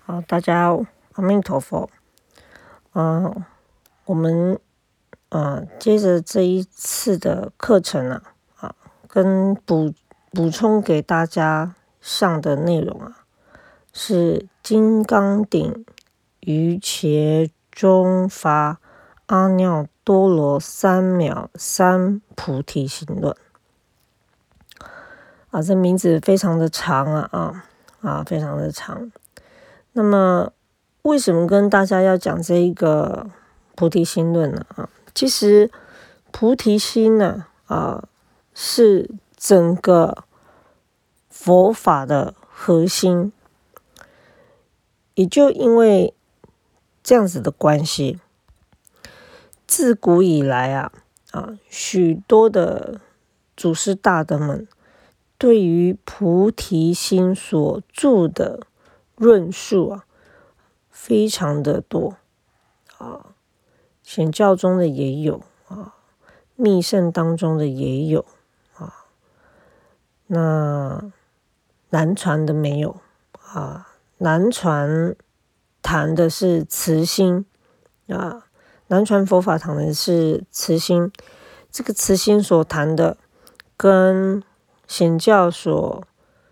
好，大家阿弥陀佛。我们接着这一次的课程跟补充给大家上的内容是金刚顶瑜伽中发阿耨多罗三藐三菩提心论。这名字非常的长非常的长。那么为什么跟大家要讲这一个菩提心论呢？其实菩提心呢是整个佛法的核心，也就因为这样子的关系，自古以来许多的祖师大德们对于菩提心所著的论述非常的多显教中的也有密圣当中的也有那南传的没有南传谈的是慈心南传佛法谈的是慈心，这个慈心所谈的跟显教所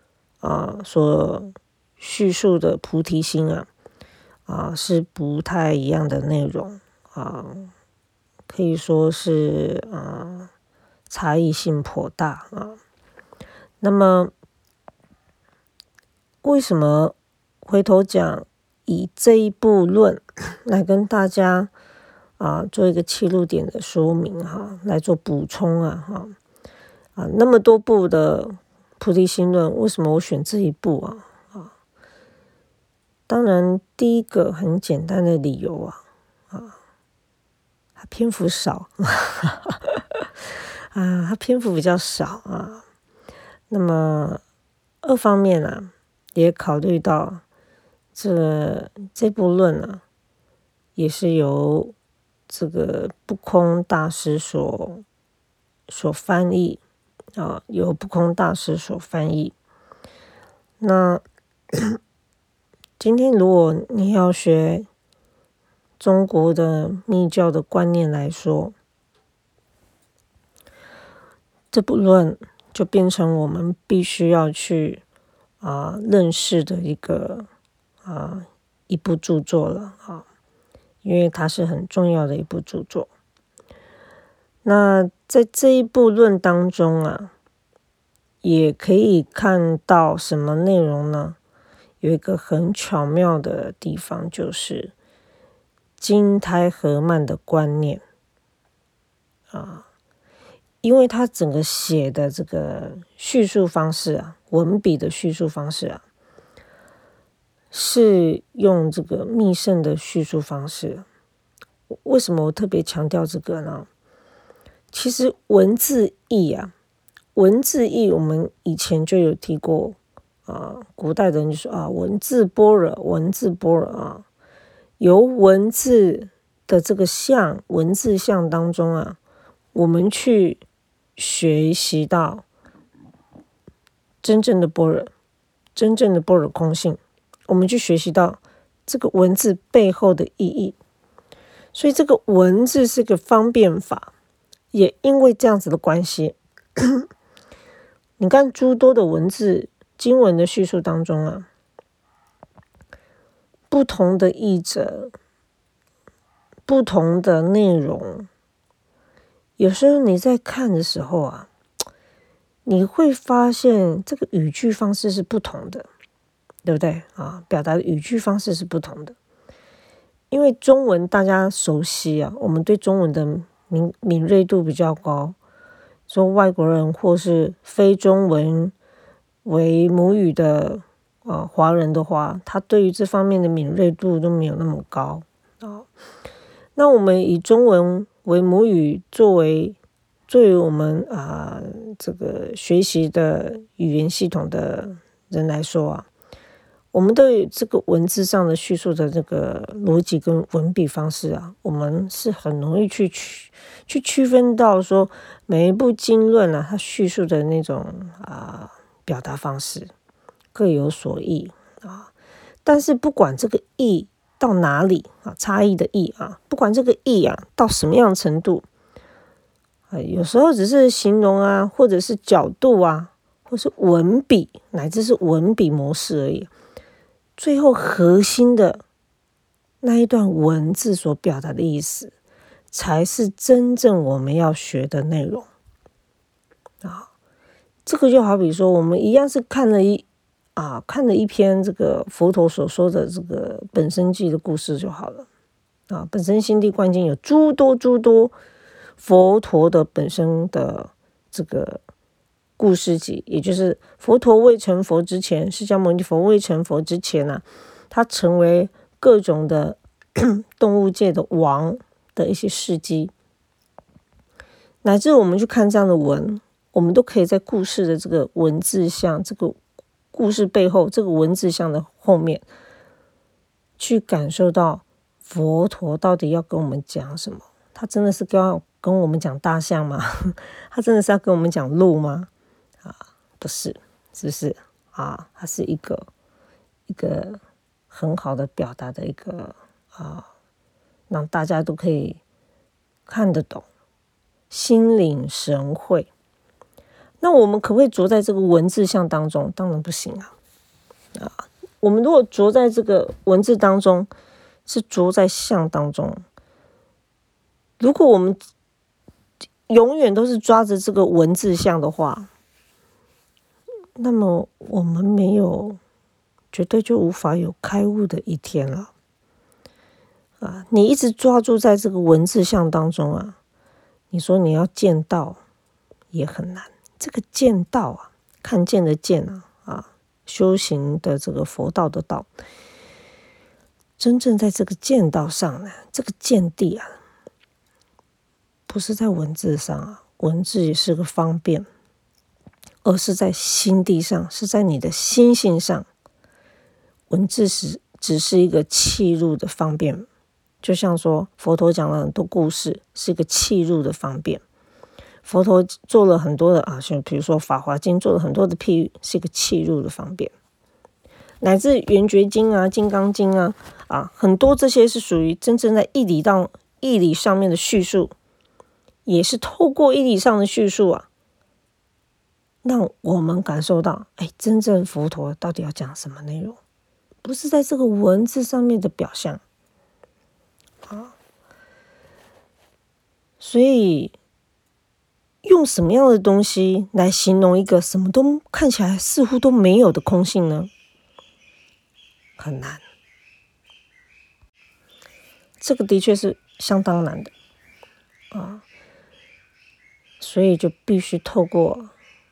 叙述的菩提心是不太一样的内容可以说是差异性颇大那么为什么回头讲以这一部论来跟大家做一个切入点的说明来做补充那么多部的菩提心论，为什么我选这一部当然第一个很简单的理由它篇幅少它篇幅比较少那么二方面也考虑到这部论也是由这个不空大师所翻译由不空大师所翻译。那今天如果你要学中国的密教的观念来说，这部论就变成我们必须要去认识的一部著作了因为它是很重要的一部著作。那在这一部论当中也可以看到什么内容呢？有一个很巧妙的地方，就是金胎合曼的观念因为他整个写的这个叙述方式文笔的叙述方式是用这个密圣的叙述方式。为什么我特别强调这个呢？其实文字义我们以前就有提过古代的人就说文字般若由文字的这个文字相当中我们去学习到真正的般若，真正的般若空性，我们去学习到这个文字背后的意义。所以这个文字是个方便法，也因为这样子的关系你看诸多的文字经文的叙述当中不同的译者，不同的内容，有时候你在看的时候你会发现这个语句方式是不同的，对不对表达的语句方式是不同的。因为中文大家熟悉我们对中文的敏锐度比较高，说外国人或是非中文为母语的华人的话，他对于这方面的敏锐度都没有那么高那我们以中文为母语作为我们这个学习的语言系统的人来说我们对这个文字上的叙述的这个逻辑跟文笔方式我们是很容易去区分到说每一部经论它叙述的那种表达方式各有所异但是不管这个意到哪里啊，差异的意啊，不管这个意啊到什么样的程度，有时候只是形容啊，或者是角度啊，或是文笔，乃至是文笔模式而已。最后核心的那一段文字所表达的意思，才是真正我们要学的内容啊。这个就好比说，我们一样是看了一篇这个佛陀所说的这个本生记的故事就好了啊。本生心地观经有诸多佛陀的本身的这个故事集，也就是佛陀未成佛之前，释迦牟尼佛未成佛之前啊，他成为各种的动物界的王的一些事迹，乃至我们去看这样的文，我们都可以在故事的这个文字像，这个故事背后这个文字像的后面，去感受到佛陀到底要跟我们讲什么。他真的是要跟我们讲大象吗？他真的是要跟我们讲鹿吗？不是，是不是啊？它是一个很好的表达的一个让大家都可以看得懂，心领神会。那我们可不可以着在这个文字像当中？当然不行啊！我们如果着在这个文字当中，是着在像当中。如果我们永远都是抓着这个文字像的话，那么我们绝对就无法有开悟的一天了。你一直抓住在这个文字像当中啊，你说你要见道也很难。这个见道啊，看见的见修行的这个佛道的道，真正在这个见道上呢，这个见地啊，不是在文字上啊，文字也是个方便，而是在心地上，是在你的心性上。文字只是一个契入的方便，就像说佛陀讲了很多故事，是一个契入的方便。佛陀做了很多的像比如说《法华经》做了很多的譬喻，是一个契入的方便。乃至《圆觉经》《金刚经》很多这些是属于真正在义理上面的叙述，也是透过义理上的叙述让我们感受到，真正佛陀到底要讲什么内容，不是在这个文字上面的表象所以用什么样的东西来形容一个什么都看起来似乎都没有的空性呢？很难，这个的确是相当难的所以就必须透过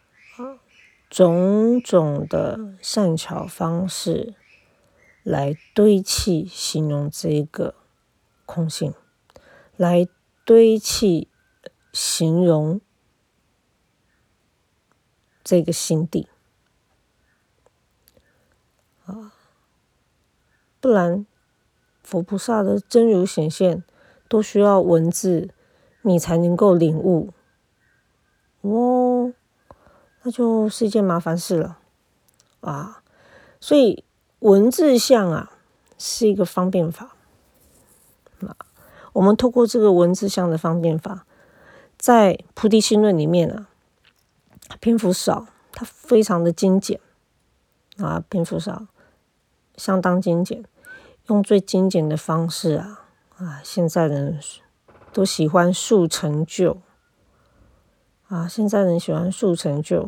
种种的善巧方式来堆砌形容这个空性，来堆砌形容这个心地不然佛菩萨的真如显现都需要文字你才能够领悟那就是一件麻烦事了所以文字像是一个方便法我们透过这个文字像的方便法，在菩提心论里面篇幅少，它非常的精简篇幅少，相当精简，用最精简的方式现在人都喜欢速成就现在人喜欢速成就，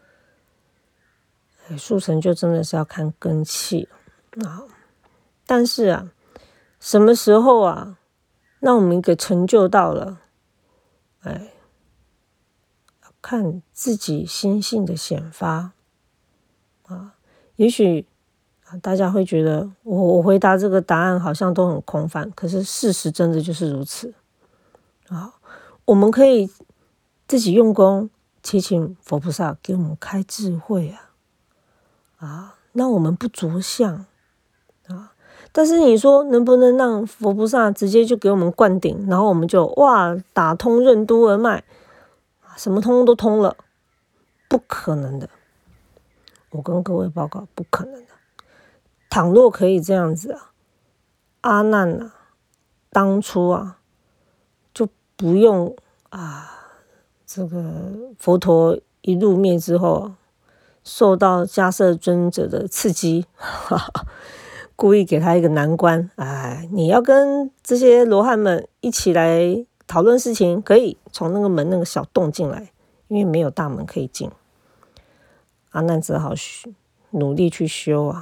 速成就真的是要看根器但是什么时候让我们给成就到了看自己心性的显发也许大家会觉得我回答这个答案好像都很空泛，可是事实真的就是如此我们可以自己用功，祈请佛菩萨给我们开智慧让我们不着相但是你说能不能让佛菩萨直接就给我们灌顶，然后我们就打通任督二脉，什么通都通了？不可能的，我跟各位报告，不可能的。 倘若可以这样子啊，阿难啊，当初啊就不用这个佛陀一入灭之后，受到迦叶尊者的刺激，故意给他一个难关，你要跟这些罗汉们一起来讨论事情，可以从那个门那个小洞进来，因为没有大门可以进。阿难只好努力去修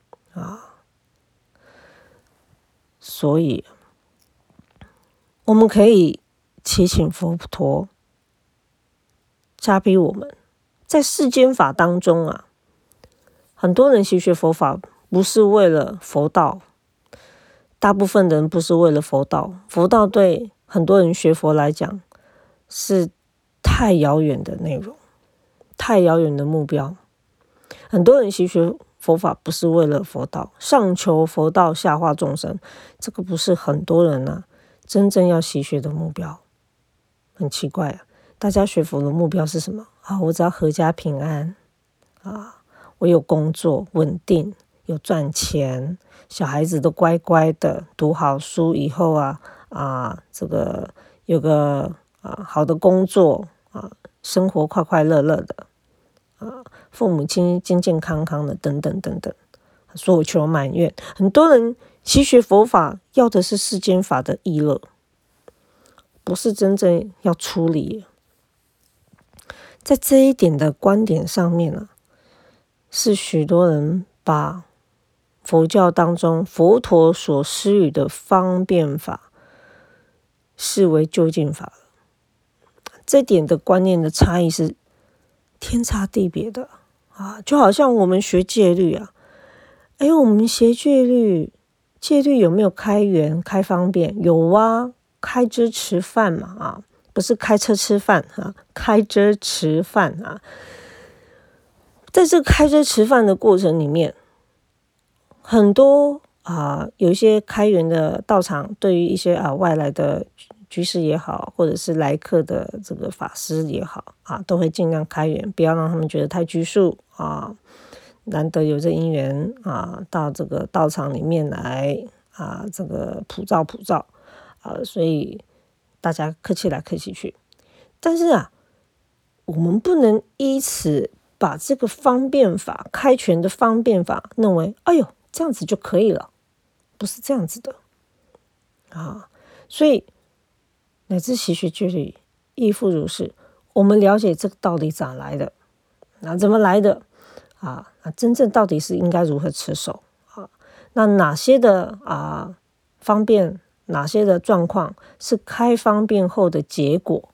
所以我们可以祈请佛陀加庇我们。在世间法当中啊，很多人习学佛法不是为了佛道，大部分的人不是为了佛道。佛道对很多人学佛来讲是太遥远的内容，太遥远的目标。很多人习学佛法不是为了佛道，上求佛道，下化众生，这个不是很多人真正要习学的目标。很奇怪大家学佛的目标是什么我只要阖家平安我有工作稳定，有赚钱，小孩子都乖乖的读好书，以后这个有个好的工作生活快快乐乐的父母亲健健康康的等等等等，所求满愿。很多人习学佛法要的是世间法的意乐，不是真正要出离。在这一点的观点上面是许多人把佛教当中佛陀所施予的方便法视为究竟法了。这点的观念的差异是天差地别的就好像我们学戒律我们学戒律有没有开源开方便？有开遮持犯嘛不是开车吃饭开遮持犯在这个开遮持犯的过程里面，很多有一些开源的道场，对于一些外来的居士也好，或者是来客的这个法师也好都会尽量开源，不要让他们觉得太拘束难得有这因缘到这个道场里面来这个普照所以大家客气来客气去。但是我们不能依此把这个方便法开权的方便法认为这样子就可以了，不是这样子的所以乃至习学戒律亦复如是。我们了解这个道理咋来的怎么来的真正到底是应该如何持守那哪些的方便，哪些的状况是开方便后的结果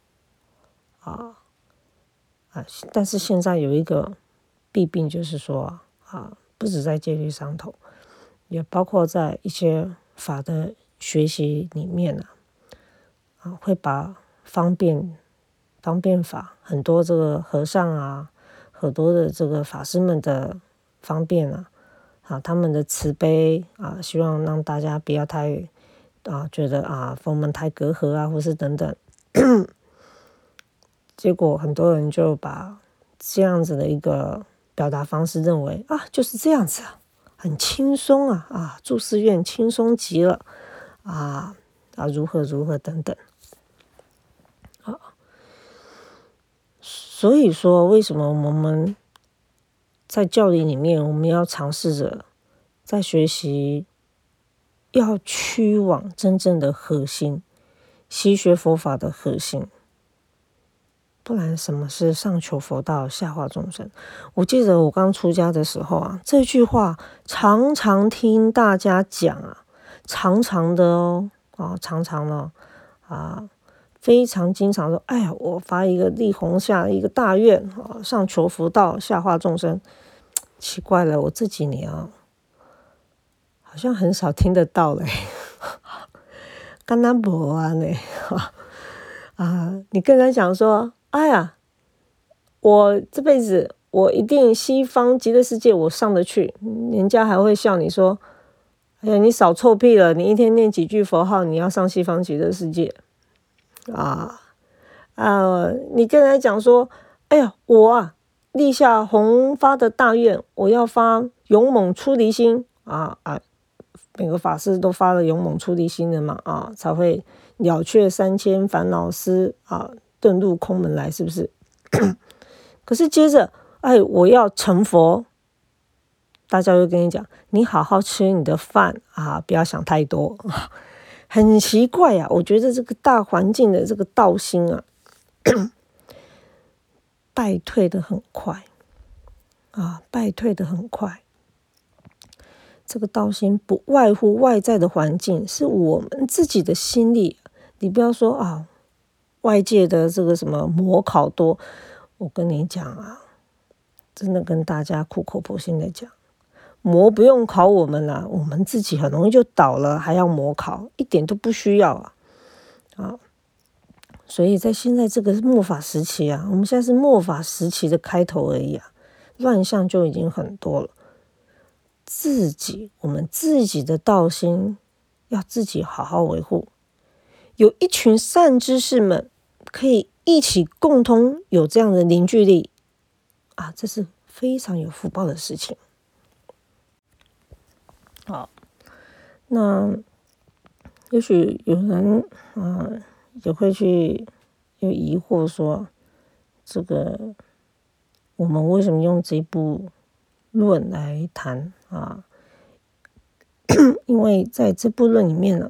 但是现在有一个弊病，就是说不止在戒律上头，也包括在一些法的学习里面会把方便法，很多这个和尚很多的这个法师们的方便他们的慈悲希望让大家不要太觉得佛门太隔阂或是等等结果很多人就把这样子的一个表达方式认为就是这样子很轻松住寺院轻松极了如何如何等等所以说为什么我们在教理里面，我们要尝试着在学习要趋往真正的核心，习学佛法的核心。不然什么是上求佛道，下化众生？我记得我刚出家的时候这句话常常听大家讲常常的常常的非常经常说我发一个立弘下一个大愿上求佛道，下化众生。奇怪了，我这几年好像很少听得到嘞干那没你跟人讲说我这辈子我一定西方极乐世界我上得去，人家还会笑你说你少臭屁了，你一天念几句佛号，你要上西方极乐世界你跟人家讲说我立下弘发的大愿，我要发勇猛出离心每个法师都发了勇猛出离心的嘛才会了却3000烦恼丝遁入空门来，是不是？可是接着我要成佛，大家就跟你讲，你好好吃你的饭不要想太多。很奇怪我觉得这个大环境的这个道心败退的很快败退的很快。这个道心不外乎外在的环境，是我们自己的心力。你不要说外界的这个什么魔考多，我跟你讲真的跟大家苦口婆心的讲，魔不用考我们我们自己很容易就倒了，还要魔考，一点都不需要所以在现在这个末法时期我们现在是末法时期的开头而已乱象就已经很多了。我们自己的道心要自己好好维护，有一群善知识们可以一起共同有这样的凝聚力这是非常有福报的事情。好，那也许有人也会去有疑惑说，这个我们为什么用这部论来谈因为在这部论里面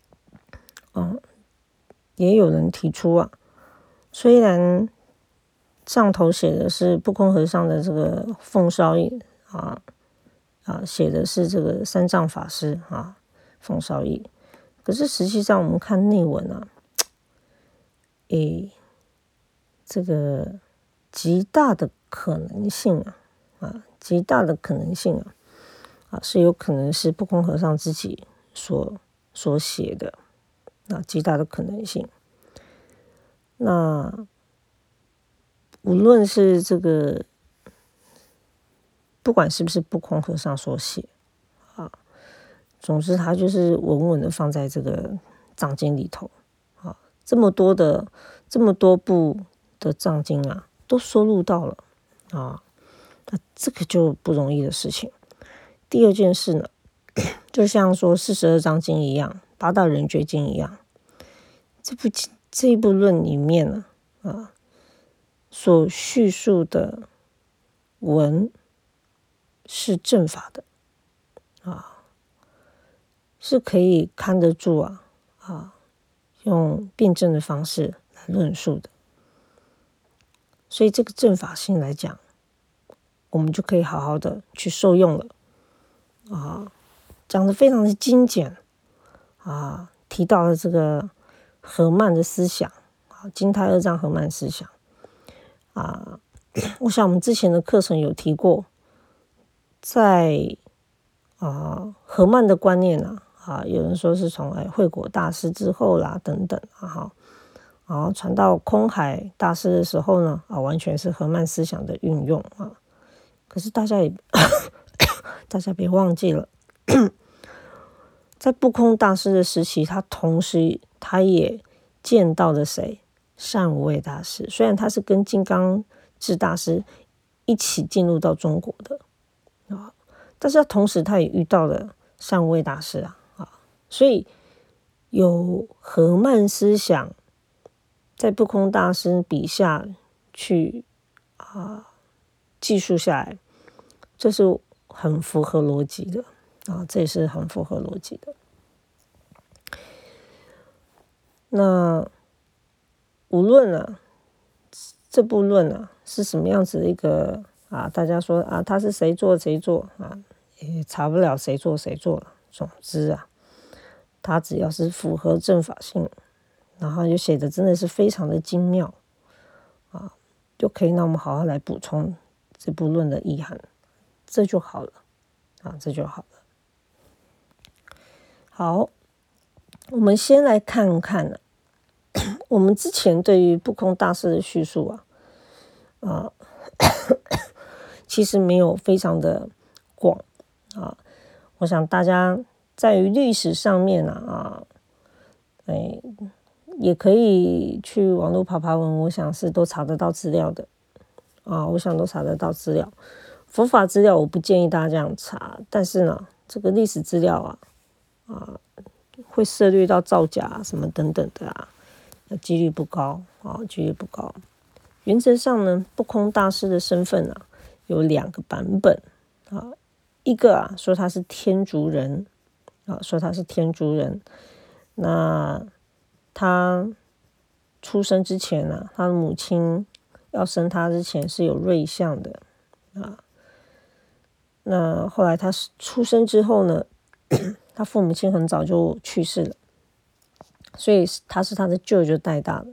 也有人提出虽然上头写的是不空和尚的这个奉烧印写的是这个三藏法师奉烧印，可是实际上我们看内文这个极大的可能性极大的可能性是有可能是不空和尚自己所写的极大的可能性。那无论是这个不管是不是不空和尚所写总之他就是稳稳的放在这个藏经里头这么多部的藏经都收录到了那这个就不容易的事情。第二件事呢，就像说42章经一样，八大人觉经一样，这一部论里面所叙述的文是正法的是可以看得住用辩证的方式来论述的。所以这个正法性来讲，我们就可以好好的去受用了讲得非常的精简提到了这个和曼的思想金胎二藏和曼思想我想我们之前的课程有提过，在和曼的观念有人说是从慧果大师之后啦等等然后传到空海大师的时候呢完全是和曼思想的运用可是大家别忘记了在不空大师的时期，他同时他也见到了谁？善无畏大师。虽然他是跟金刚智大师一起进入到中国的但是他同时他也遇到了善无畏大师所以有和曼思想在不空大师笔下去记述下来，这是很符合逻辑的这也是很符合逻辑的。那无论这部论是什么样子的一个大家说他是谁做也查不了谁做了。总之他只要是符合正法性，然后就写的真的是非常的精妙就可以让我们好好来补充这部论的意涵，这就好了这就好了。好，我们先来看看我们之前对于不空大师的叙述其实没有非常的广我想大家在于历史上面也可以去网络爬文，我想是都查得到资料的佛法资料我不建议大家这样查，但是呢这个历史资料会涉猎到造假什么等等的几率不高几率不高。原则上呢，不空大师的身份有2个版本一个说他是天竺人说他是天竺人。那他出生之前他的母亲要生他之前是有瑞相的那后来他出生之后呢，他父母亲很早就去世了，所以他是他的舅舅带大的。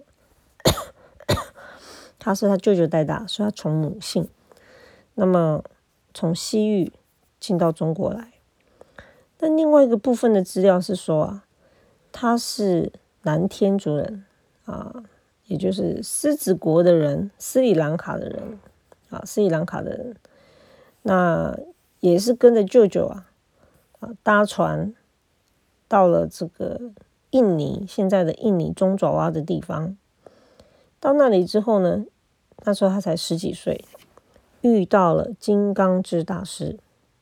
他是他舅舅带大，所以他从母姓。那么从西域进到中国来。那另外一个部分的资料是说他是南天竺人也就是狮子国的人，斯里兰卡的人斯里兰卡的人。那也是跟着舅舅搭船到了这个印尼，现在的印尼中爪哇的地方。到那里之后呢，那时候他才10几岁，遇到了金刚智大师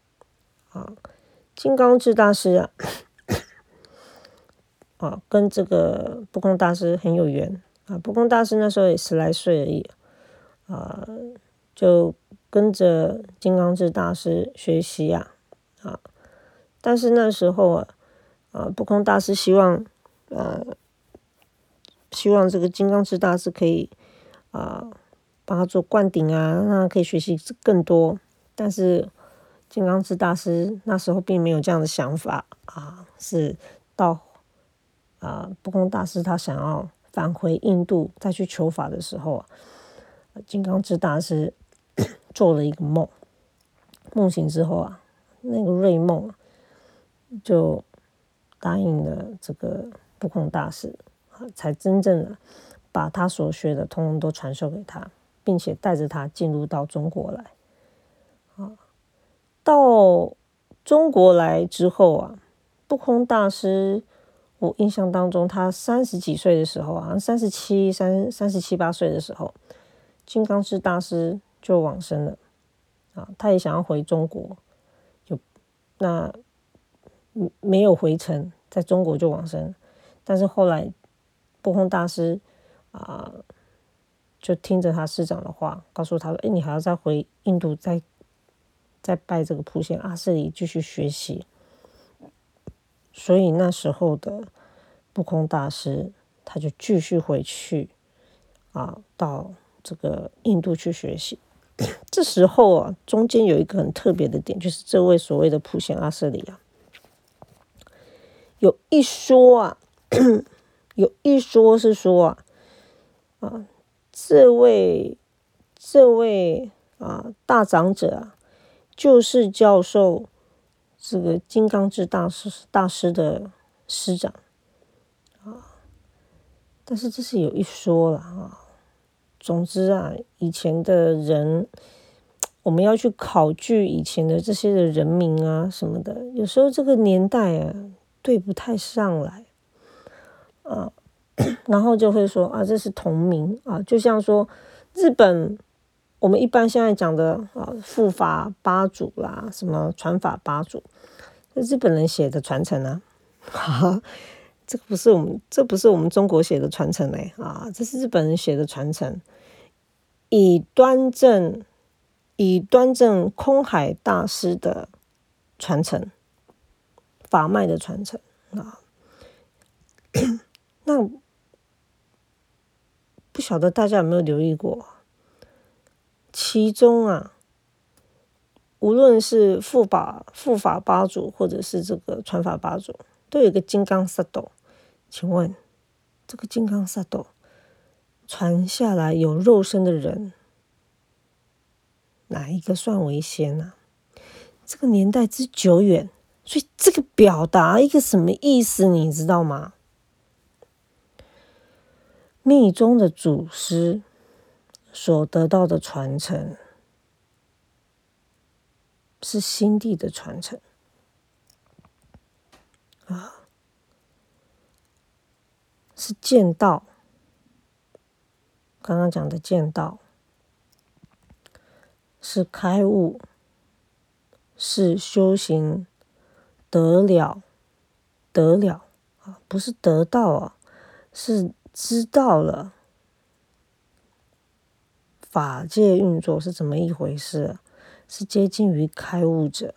金刚智大师跟这个不空大师很有缘不空大师那时候也10来岁而已就跟着金刚智大师学习但是那时候不空大师希望这个金刚智大师可以帮他做灌顶让他可以学习更多。但是金刚智大师那时候并没有这样的想法是到不空大师他想要返回印度再去求法的时候金刚智大师做了一个梦，梦醒之后那个瑞梦就答应了这个不空大师才真正的把他所学的通通都传授给他，并且带着他进入到中国来到中国来之后不空大师我印象当中他30几岁的时候37、8岁的时候，金刚智大师就往生了他也想要回中国，那没有回程，在中国就往生。但是后来不空大师就听着他师长的话，告诉他说你还要再回印度再拜这个普贤阿阇黎继续学习。所以那时候的不空大师他就继续回去到这个印度去学习。这时候中间有一个很特别的点，就是这位所谓的普贤阿阇黎有一说是说这位大长者就是教授这个金刚智大师的师长但是这是有一说了总之以前的人，我们要去考据以前的这些的人名什么的，有时候这个年代对不太上来然后就会说这是同名就像说日本我们一般现在讲的护法八祖啦，什么传法八祖，日本人写的传承这不是我们中国写的传承这是日本人写的传承，以端正空海大师的传承，法脉的传承那不晓得大家有没有留意过，其中无论是护法八祖或者是这个传法八祖，都有一个金刚萨埵。请问这个金刚萨埵传下来有肉身的人，哪一个算为先这个年代之久远，所以这个表达一个什么意思你知道吗？密宗的祖师所得到的传承是心地的传承是见道，刚刚讲的见道，是开悟，是修行得了啊，不是得到啊，是知道了法界运作是怎么一回事啊，是接近于开悟者。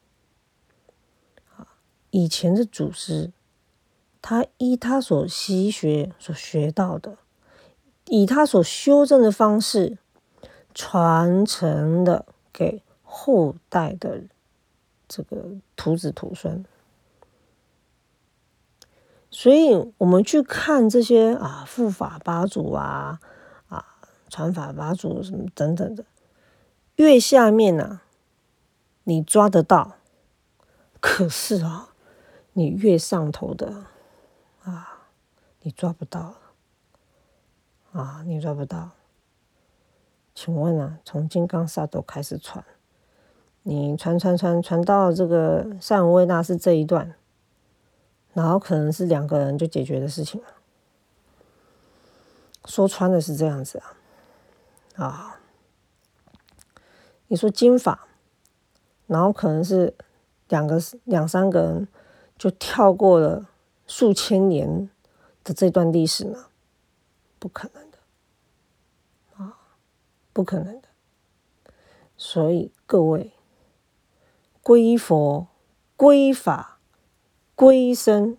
以前的祖师，他依他所习学所学到的，以他所修正的方式，传承了给后代的这个徒子徒孙。所以我们去看这些护法八祖传法八祖什么等等的，越下面你抓得到，可是你越上头的你抓不到你抓不到。请问从金刚萨埵开始传，你传到这个塞文维纳斯这一段，然后可能是2个人就解决的事情了。说穿的是这样子你说经法，然后可能是2-3个人就跳过了数千年的这段历史呢？不可能的不可能的。所以各位，归佛、归法、归僧，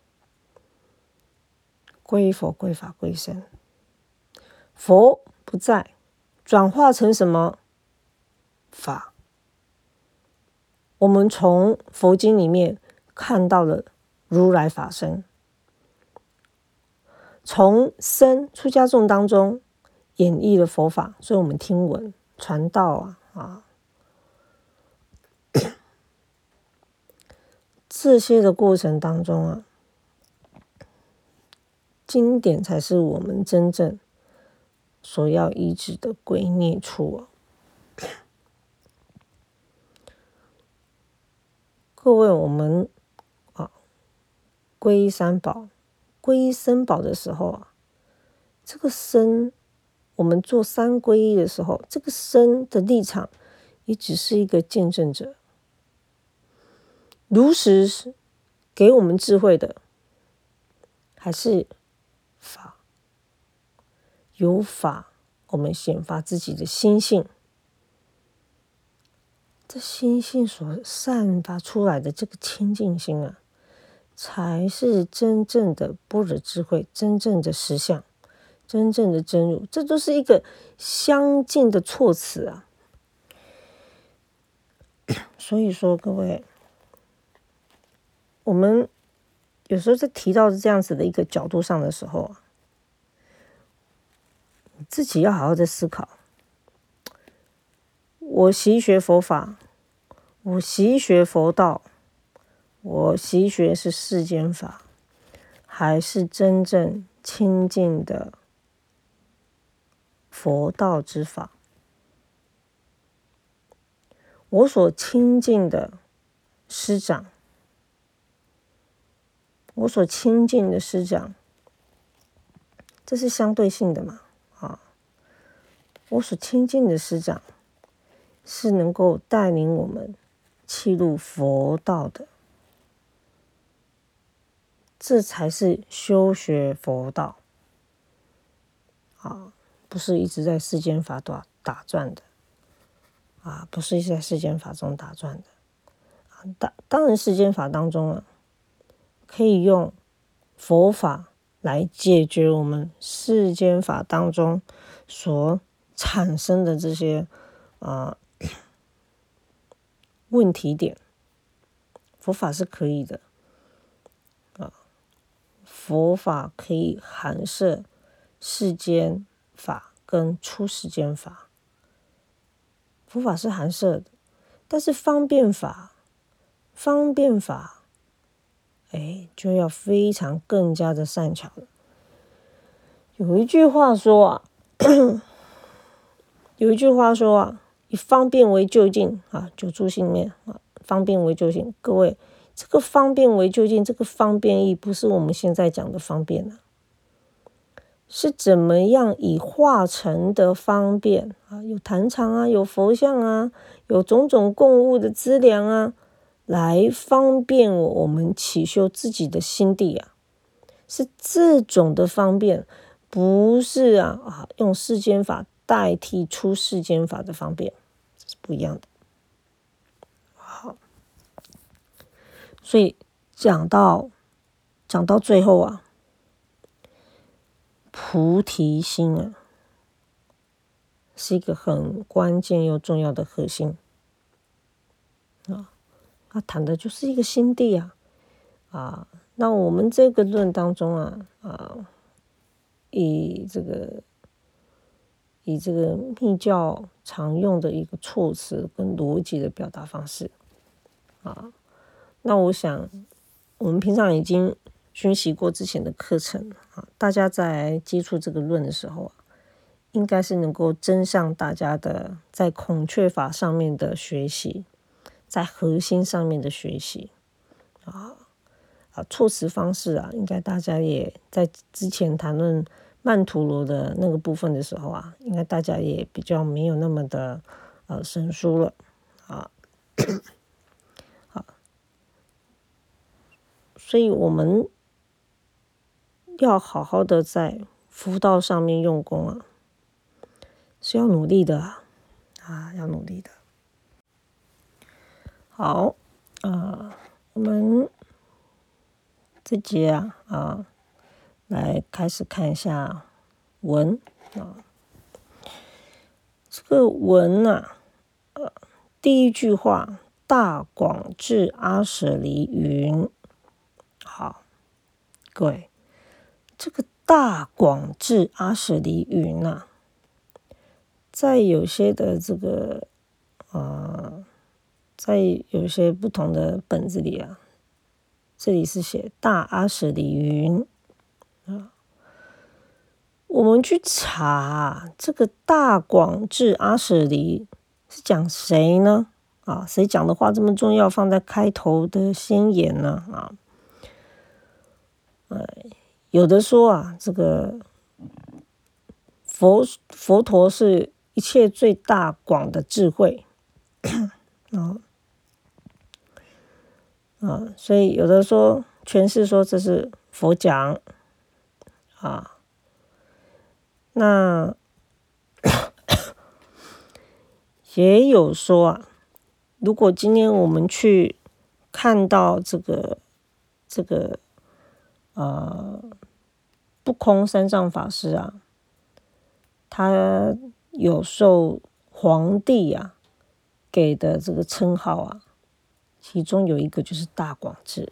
归佛、归法、归僧。佛不在，转化成什么？法。我们从佛经里面看到了如来法身，从僧出家众当中演绎了佛法，所以我们听闻传道这些的过程当中经典才是我们真正所要依止的归臬处各位，我们皈依三宝、皈依僧宝的时候这个僧，我们做3皈依的时候，这个僧的立场也只是一个见证者。如实给我们智慧的还是法，有法我们显发自己的心性，这心性所散发出来的这个清净心才是真正的般若智慧，真正的实相，真正的真如。这都是一个相近的措辞所以说各位，我们有时候在提到这样子的一个角度上的时候自己要好好的思考，我习学佛法，我习学佛道，我习学是世间法，还是真正亲近的佛道之法？我所亲近的师长，我所亲近的师长，这是相对性的嘛我所亲近的师长是能够带领我们契入佛道的，这才是修学佛道不是一直在世间法打转的不是一直在世间法中打转的当然世间法当中可以用佛法来解决我们世间法当中所产生的这些问题点，佛法是可以的佛法可以含摄世间法跟出世间法，佛法是含摄的。但是方便法就要非常更加的善巧了。有一句话说以方便为就近九住性面方便为就近。各位，这个方便为就近，这个方便义不是我们现在讲的方便是怎么样以化成的方便有坛场有佛像有种种供物的资粮来方便我们起修自己的心地啊，是这种的方便，不是用世间法代替出世间法的方便，是不一样的。好，所以讲到最后啊，菩提心啊，是一个很关键又重要的核心啊。它谈的就是一个心地那我们这个论当中以这个密教常用的一个措辞跟逻辑的表达方式那我想我们平常已经熏习过之前的课程大家在接触这个论的时候应该是能够增上大家的在孔雀法上面的学习，在核心上面的学习措辞方式应该大家也在之前谈论曼陀罗的那个部分的时候应该大家也比较没有那么的生疏了所以我们要好好的在佛道上面用功是要努力的要努力的。好我们这节来开始看一下文这个文第一句话，大广智阿舍离云。好，各位，这个大广智阿舍离云在有些的这个在有些不同的本子里这里是写大阿舍离云我们去查这个大广智阿舍离是讲谁呢？谁讲的话这么重要，放在开头的先言呢？有的说这个佛陀是一切最大广的智慧所以有的说诠释说这是佛讲那也有说如果今天我们去看到这个不空三藏法师他有受皇帝给的这个称号其中有一个就是大广智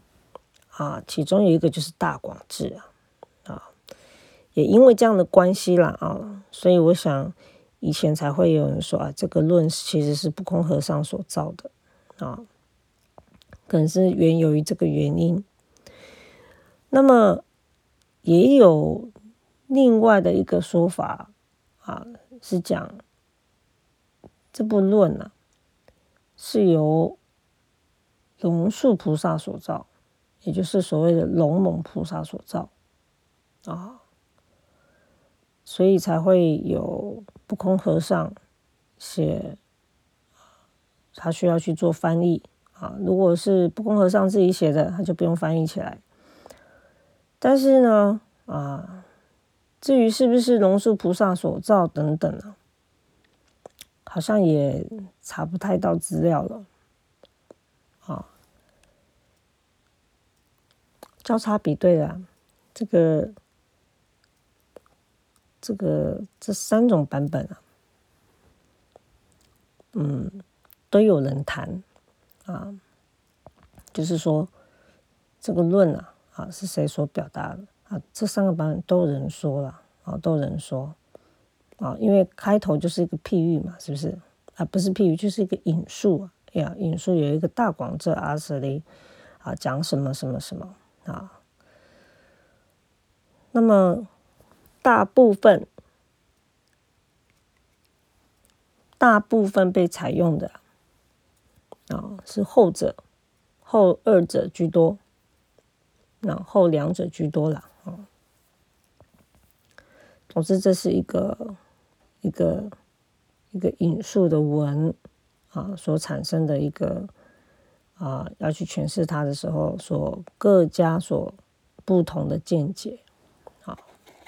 也因为这样的关系所以我想以前才会有人说这个论其实是不空和尚所造的可能是源由于这个原因。那么也有另外的一个说法是讲这部论是由龙树菩萨所造，也就是所谓的龙猛菩萨所造所以才会有不空和尚写他需要去做翻译如果是不空和尚自己写的他就不用翻译起来。但是呢至于是不是龙树菩萨所造等等好像也查不太到资料了交叉比对的这三种版本都有人谈就是说这个论是谁所表达的这三个版本都有人说了都有人说因为开头就是一个譬喻嘛，是不是不是譬喻，就是一个引述引述有一个大广智阿舍离讲什么什么什么那么大部分被采用的是后二者居多，后两者居多啦总之这是一个引述的文所产生的一个要去诠释它的时候，各家所不同的见解。好，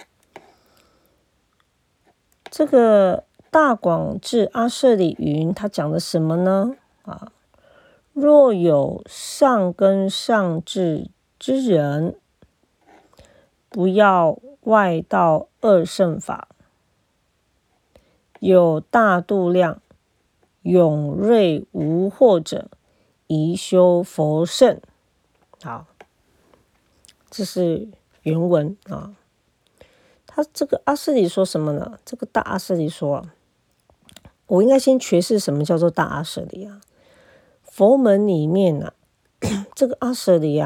这个大广智阿舍里云，他讲的什么呢？若有上根上智之人，不要外道二乘法，有大度量，勇锐无惑者，宜修佛乘。好，这是原文啊。他这个阿舍里说什么呢？这个大阿舍里说，我应该先诠释什么叫做大阿舍里啊？佛门里面啊，这个阿舍里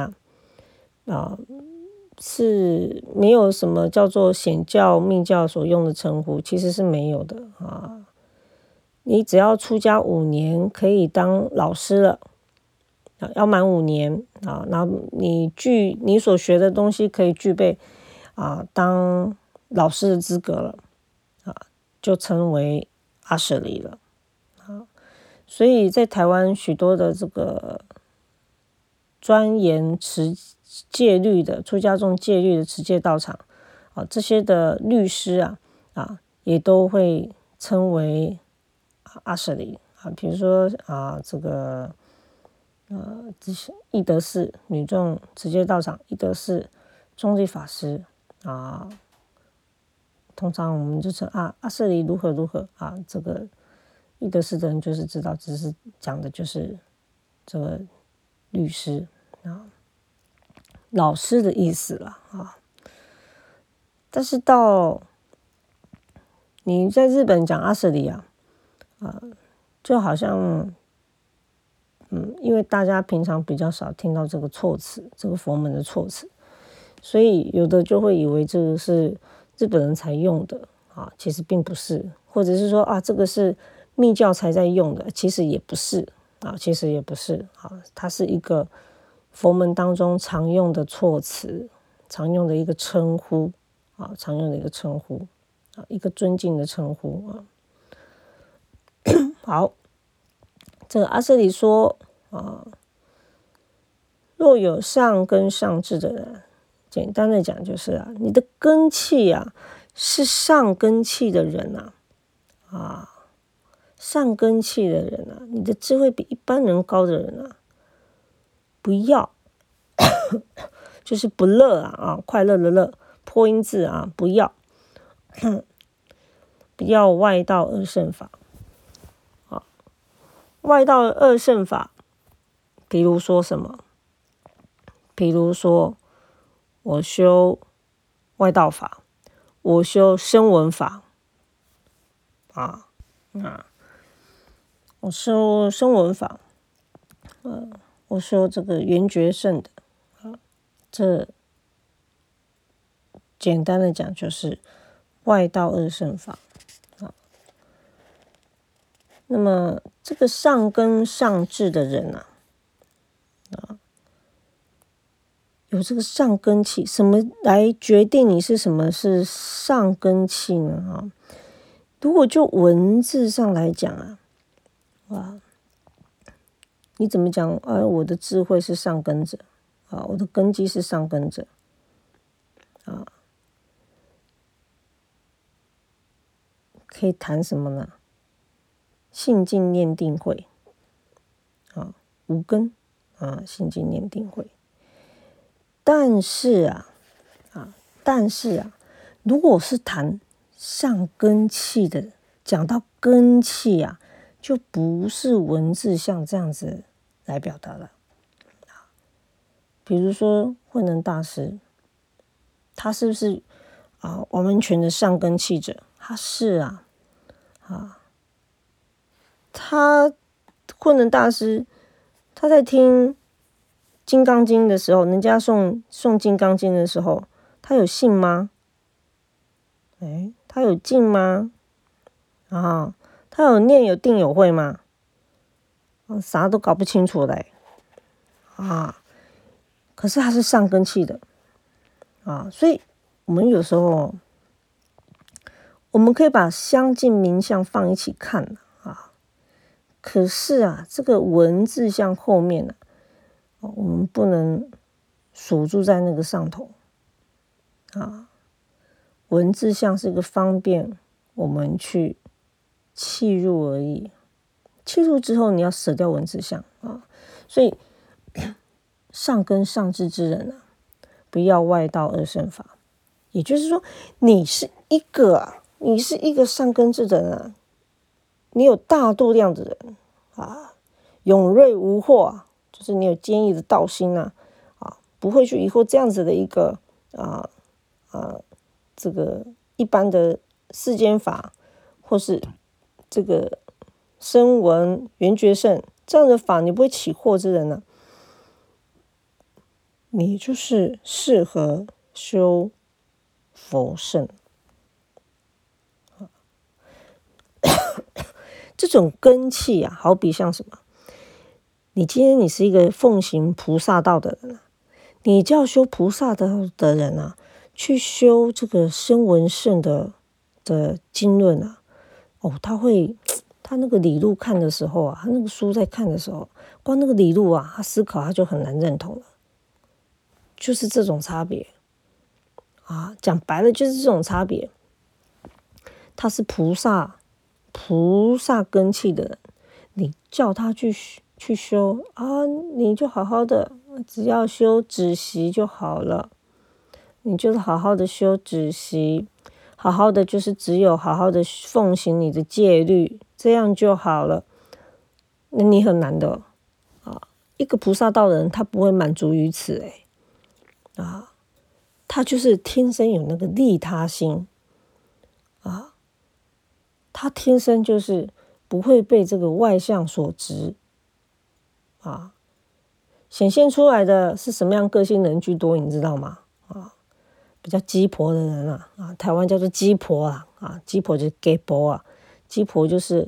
是没有什么叫做显教密教所用的称呼，其实是没有的啊。你只要出家5年可以当老师了，要满5年啊，然后你所学的东西可以具备当老师的资格了就称为阿舍里了所以在台湾许多的这个钻研持戒律的出家众戒律的持戒道场这些的律师也都会称为阿舍里比如说这个义德寺女众持戒道场义德寺中立法师通常我们就称阿舍里如何如何这个义德寺的人就是知道，只是讲的就是这个律师老师的意思了但是到你在日本讲阿舍里就好像因为大家平常比较少听到这个措辞，这个佛门的措辞，所以有的就会以为这个是日本人才用的其实并不是，或者是说这个是密教才在用的，其实也不是它是一个佛门当中常用的措辞，常用的一个称呼一个尊敬的称呼好，这个阿舍里说若有上根上智的人，简单的讲就是你的根气是上根气的人上根气的人你的智慧比一般人高的人不要就是不乐快乐的乐，破音字不要不要外道二乘法外道二乘法比如说什么？比如说我修外道法，我修声闻法我修声闻法我修这个缘觉乘的这简单的讲就是外道二乘法那么这个上根上智的人有这个上根器，什么来决定你是什么是上根器呢？如果就文字上来讲你怎么讲我的智慧是上根者我的根基是上根者可以谈什么呢？信静念定慧无根信静念定慧。但是如果是谈上根器的，讲到根器就不是文字像这样子来表达了比如说慧能大师，他是不是完完全的上根器者？他是他慧能大师他在听金刚经的时候，人家诵金刚经的时候，他有信吗？他有静吗？他有念有定有慧吗？啥都搞不清楚嘞可是他是上根器的所以我们有时候我们可以把相近名相放一起看可是这个文字像后面我们不能锁住在那个上头啊。文字像是一个方便我们去契入而已，契入之后你要舍掉文字相啊。所以上根上智之人啊，不要外道二圣法。也就是说，你是一个上根智的人啊，你有大度量的人啊，勇锐无惑，就是你有坚毅的道心啊，不会去疑惑这样子的一个这个一般的世间法，或是这个声闻缘觉乘这样的法，你不会起惑之人呢，你就是适合修佛乘。这种根器啊，好比像什么？你今天你是一个奉行菩萨道的人啊，你就要修菩萨道的人啊，去修这个声闻乘的经论啊。他那个理路看的时候啊，他那个书在看的时候，光那个理路啊，他思考他就很难认同了，就是这种差别啊。讲白了就是这种差别。他是菩萨根器的人，你叫他去修啊，你就好好的，只要修止息就好了。你就是好好的修止息，好好的就是只有好好的奉行你的戒律，这样就好了。那你很难的啊，一个菩萨道的人，他不会满足于此他就是天生有那个利他心啊，他天生就是不会被这个外相所执啊。显现出来的是什么样个性的人居多，你知道吗？比较鸡婆的人台湾叫做鸡婆鸡婆就是 gay 婆鸡婆就是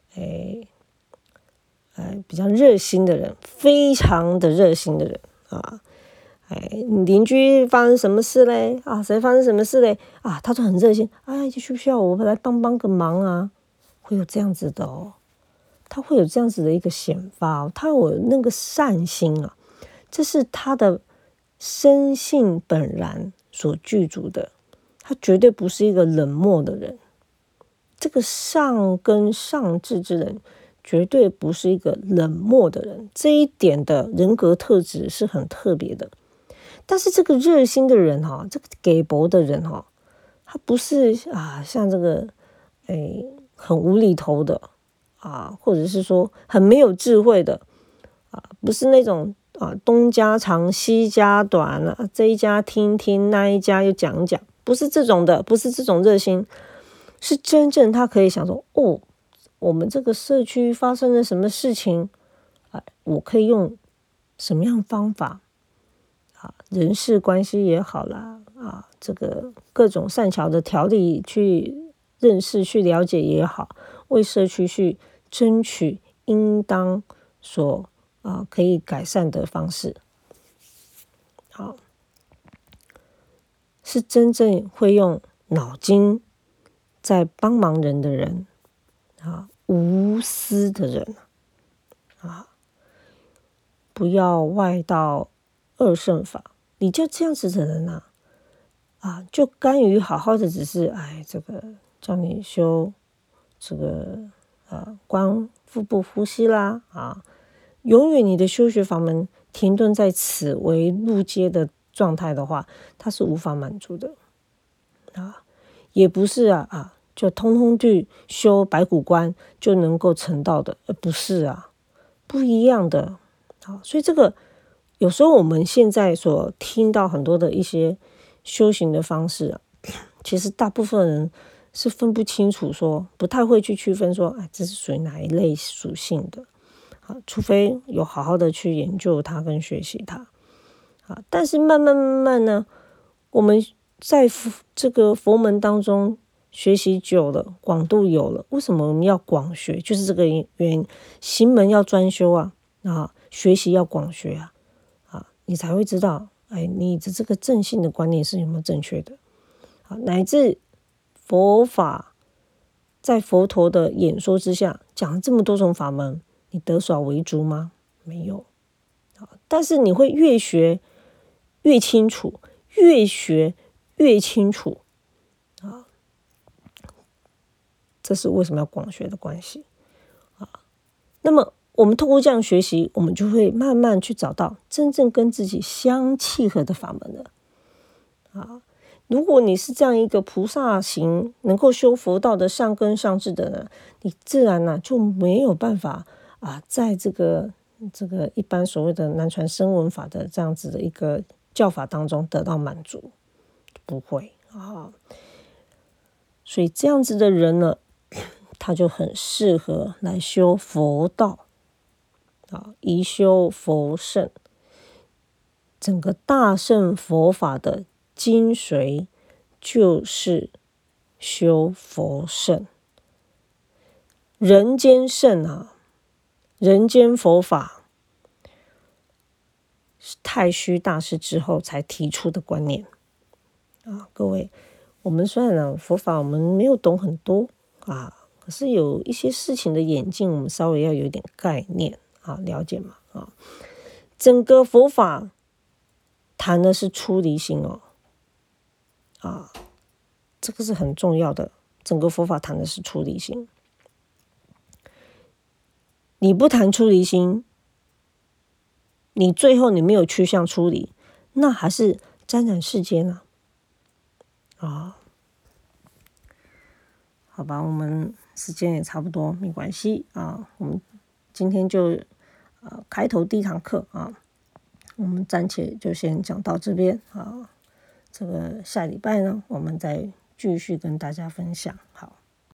比较热心的人，非常的热心的人你邻居发生什么事嘞谁发生什么事嘞他都很热心，需不需要我来帮个忙啊？会有这样子的他会有这样子的一个显发他有那个善心这是他的生性本然所具足的，他绝对不是一个冷漠的人。这个上根上智之人绝对不是一个冷漠的人，这一点的人格特质是很特别的。但是这个热心的人这个给薄的人他不是像这个很无厘头的或者是说很没有智慧的不是那种东家长西家短这一家听听，那一家又讲讲，不是这种的，不是这种热心，是真正他可以想说我们这个社区发生了什么事情我可以用什么样方法人事关系也好啦这个各种善巧的条例去认识去了解也好，为社区去争取应当所可以改善的方式是真正会用脑筋在帮忙人的人无私的人不要外道二圣法。你就这样子的人就甘于好好的只是这个叫你修这个观腹部呼吸啦永远你的修学法门停顿在此为入阶的状态的话，它是无法满足的也不是就通通去修白骨观就能够成道的，不是不一样的所以这个有时候我们现在所听到很多的一些修行的方式其实大部分人是分不清楚说，不太会去区分说这是属于哪一类属性的除非有好好的去研究它跟学习它但是慢慢呢，我们在这个佛门当中学习久了，广度有了，为什么我们要广学？就是这个原因，行门要专修学习要广学你才会知道你的这个正信的观念是有没有正确的乃至佛法在佛陀的演说之下讲了这么多种法门，你得少为足吗？没有但是你会越学越清楚，越学越清楚啊。这是为什么要广学的关系啊。那么我们透过这样学习，我们就会慢慢去找到真正跟自己相契合的法门了啊。如果你是这样一个菩萨行，能够修佛道的上根上智的人，你自然就没有办法在这个一般所谓的南传声闻法的这样子的一个教法当中得到满足，不会啊。所以这样子的人呢，他就很适合来修佛道以修佛圣。整个大乘佛法的精髓就是修佛圣。人间圣人间佛法是太虚大师之后才提出的观念各位，我们虽然佛法我们没有懂很多可是有一些事情的演进，我们稍微要有点概念了解嘛整个佛法谈的是出离心这个是很重要的。整个佛法谈的是出离心，你不谈出离心，你最后你没有趋向出离，那还是沾染世间好吧，我们时间也差不多，没关系我们今天就开头第一堂课我们暂且就先讲到这边这个下礼拜呢，我们再继续跟大家分享。好。